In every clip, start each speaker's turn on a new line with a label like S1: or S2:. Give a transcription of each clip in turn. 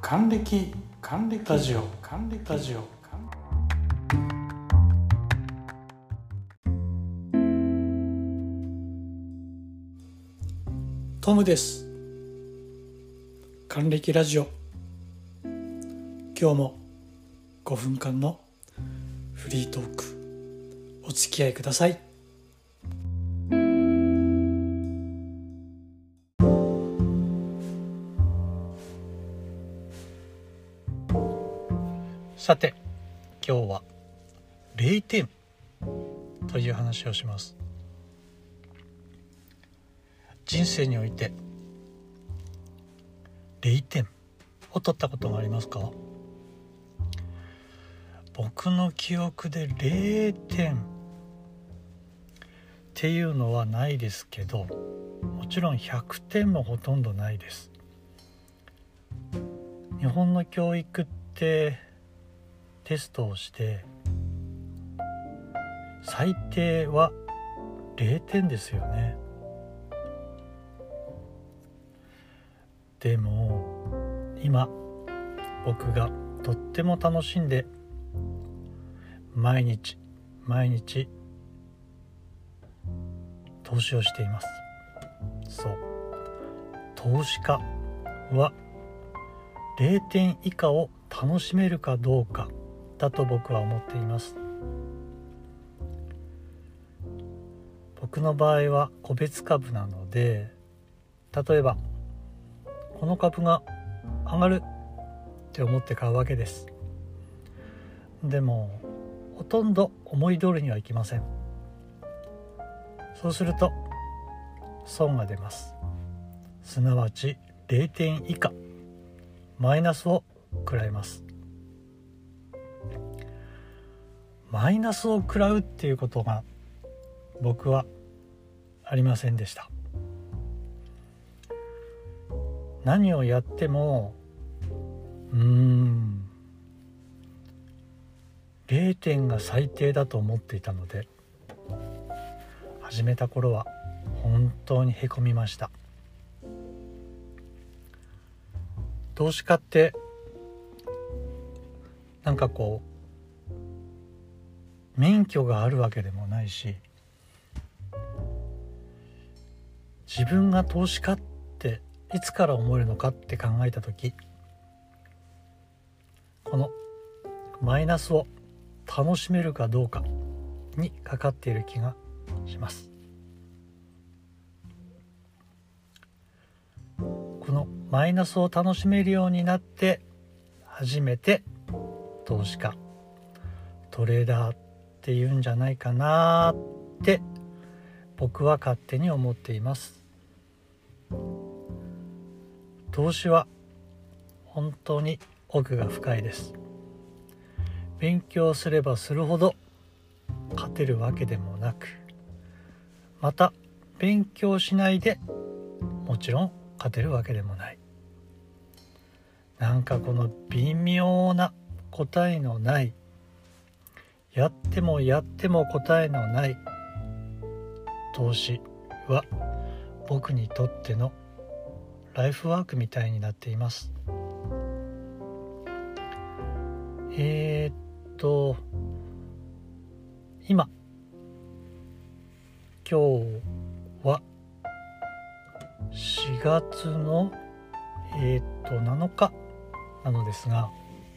S1: 還暦ラジオトムです。還暦ラジオ、今日も5分間のフリートークお付き合いください。さて、今日は0点という話をします。人生において0点を取ったことがありますか？僕の記憶で0点っていうのはないですけど、もちろん100点もほとんどないです。日本の教育ってテストをして最低は0点ですよね。でも今僕がとっても楽しんで毎日投資をしています。そう、投資家は0点以下を楽しめるかどうかだと僕は思っています。僕の場合は個別株なので、例えばこの株が上がるって思って買うわけです。でもほとんど思い通りにはいきません。そうすると損が出ます。すなわち0点以下マイナスを食らいます。マイナスを食らうっていうことが僕はありませんでした。何をやっても0点が最低だと思っていたので、始めた頃は本当にへこみました。投資家ってなんかこう免許があるわけでもないし、自分が投資家っていつから思えるのかって考えたとき、このマイナスを楽しめるかどうかにかかっている気がします。このマイナスを楽しめるようになって初めて投資家、トレーダーっていうんじゃないかなって僕は勝手に思っています。投資は本当に奥が深いです。勉強すればするほど勝てるわけでもなく、また勉強しないでもちろん勝てるわけでもない。なんかこの微妙な答えのない、やっても答えのない投資は僕にとってのライフワークみたいになっています。今日は4月の7日なのですが、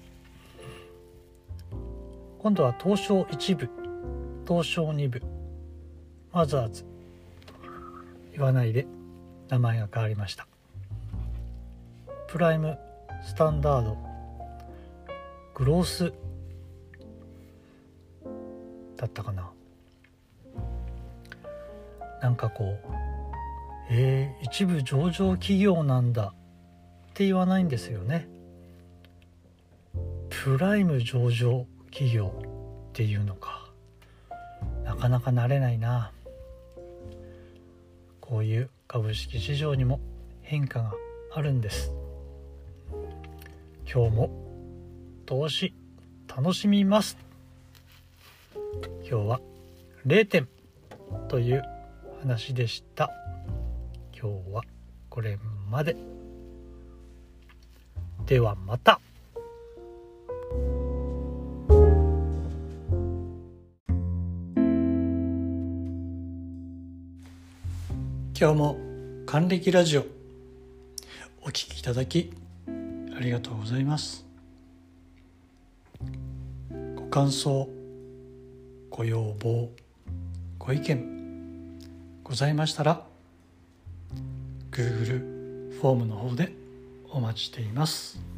S1: 今度は東証1部、東証2部、マザーズ言わないで名前が変わりました。プライム、スタンダード、グロースだったかな。なんかこう一部上場企業なんだって言わないんですよね。プライム上場企業っていうのか、なかなか慣れないな。こういう株式市場にも変化があるんです。今日も投資楽しみます。今日は0点という話でした。今日はこれまで。 ではまた。今日も還暦ラジオお聞きいただきありがとうございます。ご感想、ご要望、ご意見ございましたら Google フォームの方でお待ちしています。